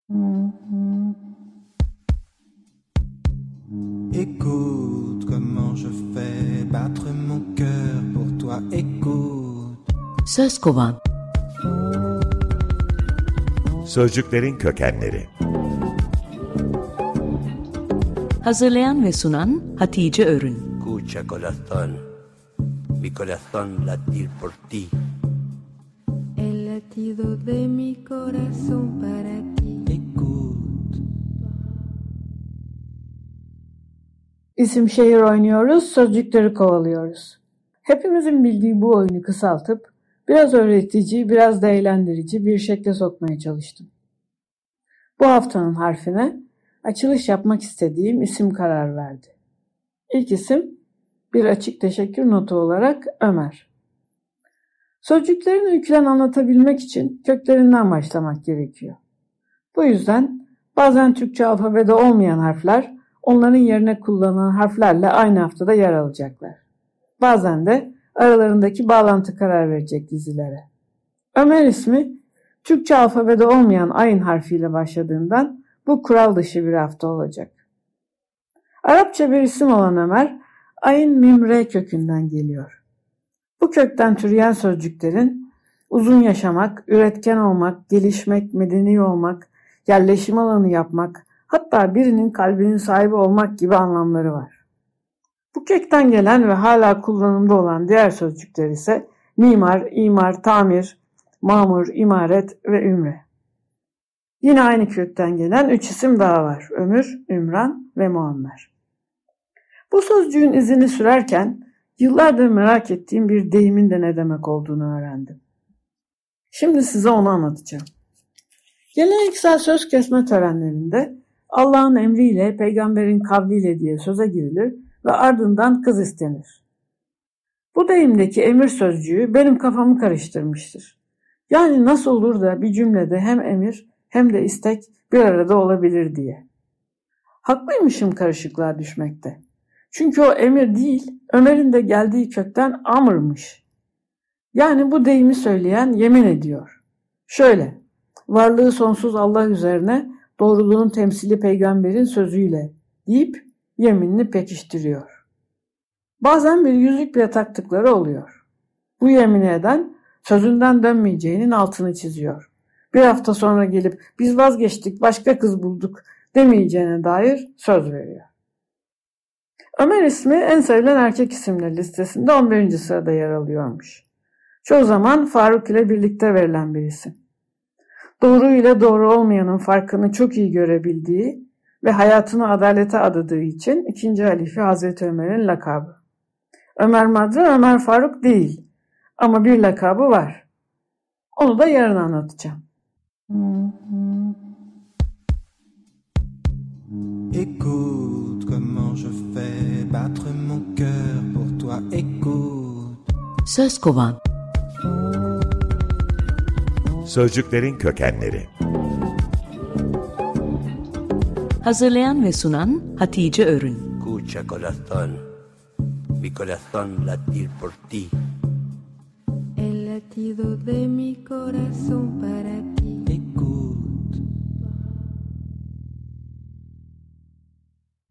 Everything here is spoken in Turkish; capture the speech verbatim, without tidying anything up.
Écoute comment je fais battre mon cœur pour toi, écoute. Söz kovan. Sözcüklerin kökenleri. Hazırlayan ve sunan Hatice Örün. Escucha corazón, mi corazón latir por ti. El latido de mi corazón para ti. Écoute. İsim şehir oynuyoruz, sözcükleri kovalıyoruz. Hepimizin bildiği bu oyunu kısaltıp biraz öğretici, biraz da eğlendirici bir şekle sokmaya çalıştım. Bu haftanın harfine açılış yapmak istediğim isim karar verdi. İlk isim bir açık teşekkür notu olarak Ömer. Sözcüklerin öykülerini anlatabilmek için köklerinden başlamak gerekiyor. Bu yüzden bazen Türkçe alfabede olmayan harfler onların yerine kullanılan harflerle aynı haftada yer alacaklar. Bazen de aralarındaki bağlantı karar verecek dizilere. Ömer ismi Türkçe alfabede olmayan ayın harfiyle başladığından bu kural dışı bir hafta olacak. Arapça bir isim olan Ömer, ayın mimre kökünden geliyor. Bu kökten türeyen sözcüklerin uzun yaşamak, üretken olmak, gelişmek, medeni olmak, yerleşim alanı yapmak, hatta birinin kalbinin sahibi olmak gibi anlamları var. Bu kökten gelen ve hala kullanımda olan diğer sözcükler ise mimar, imar, tamir, mamur, imaret ve ümre. Yine aynı kökten gelen üç isim daha var. Ömür, Ümran ve Muammer. Bu sözcüğün izini sürerken yıllardır merak ettiğim bir deyimin de ne demek olduğunu öğrendim. Şimdi size onu anlatacağım. Geleneksel söz kesme törenlerinde Allah'ın emriyle, peygamberin kavliyle diye söze girilir ve ardından kız istenir. Bu deyimdeki emir sözcüğü benim kafamı karıştırmıştır. Yani nasıl olur da bir cümlede hem emir hem de istek bir arada olabilir diye. Haklıymışım karışıklığa düşmekte. Çünkü o emir değil, Ömer'in de geldiği kökten amırmış. Yani bu deyimi söyleyen yemin ediyor. Şöyle, varlığı sonsuz Allah üzerine doğruluğun temsili peygamberin sözüyle deyip yeminini pekiştiriyor. Bazen bir yüzük bile taktıkları oluyor. Bu yemini eden sözünden dönmeyeceğinin altını çiziyor. Bir hafta sonra gelip biz vazgeçtik, başka kız bulduk demeyeceğine dair söz veriyor. Ömer ismi en sevilen erkek isimleri listesinde on birinci sırada yer alıyormuş. Çoğu zaman Faruk ile birlikte verilen bir isim. Doğru ile doğru olmayanın farkını çok iyi görebildiği ve hayatını adalete adadığı için ikinci halife Hazreti Ömer'in lakabı. Ömer Madra Ömer Faruk değil ama bir lakabı var. Onu da yarın anlatacağım. Écoute comment je fais battre mon cœur pour toi, écoute. Söz kovan. Sözcüklerin kökenleri. Hazırlayan ve sunan Hatice Örün. Escucha corazón, mi corazón latir por ti. El latido de mi corazón para ti.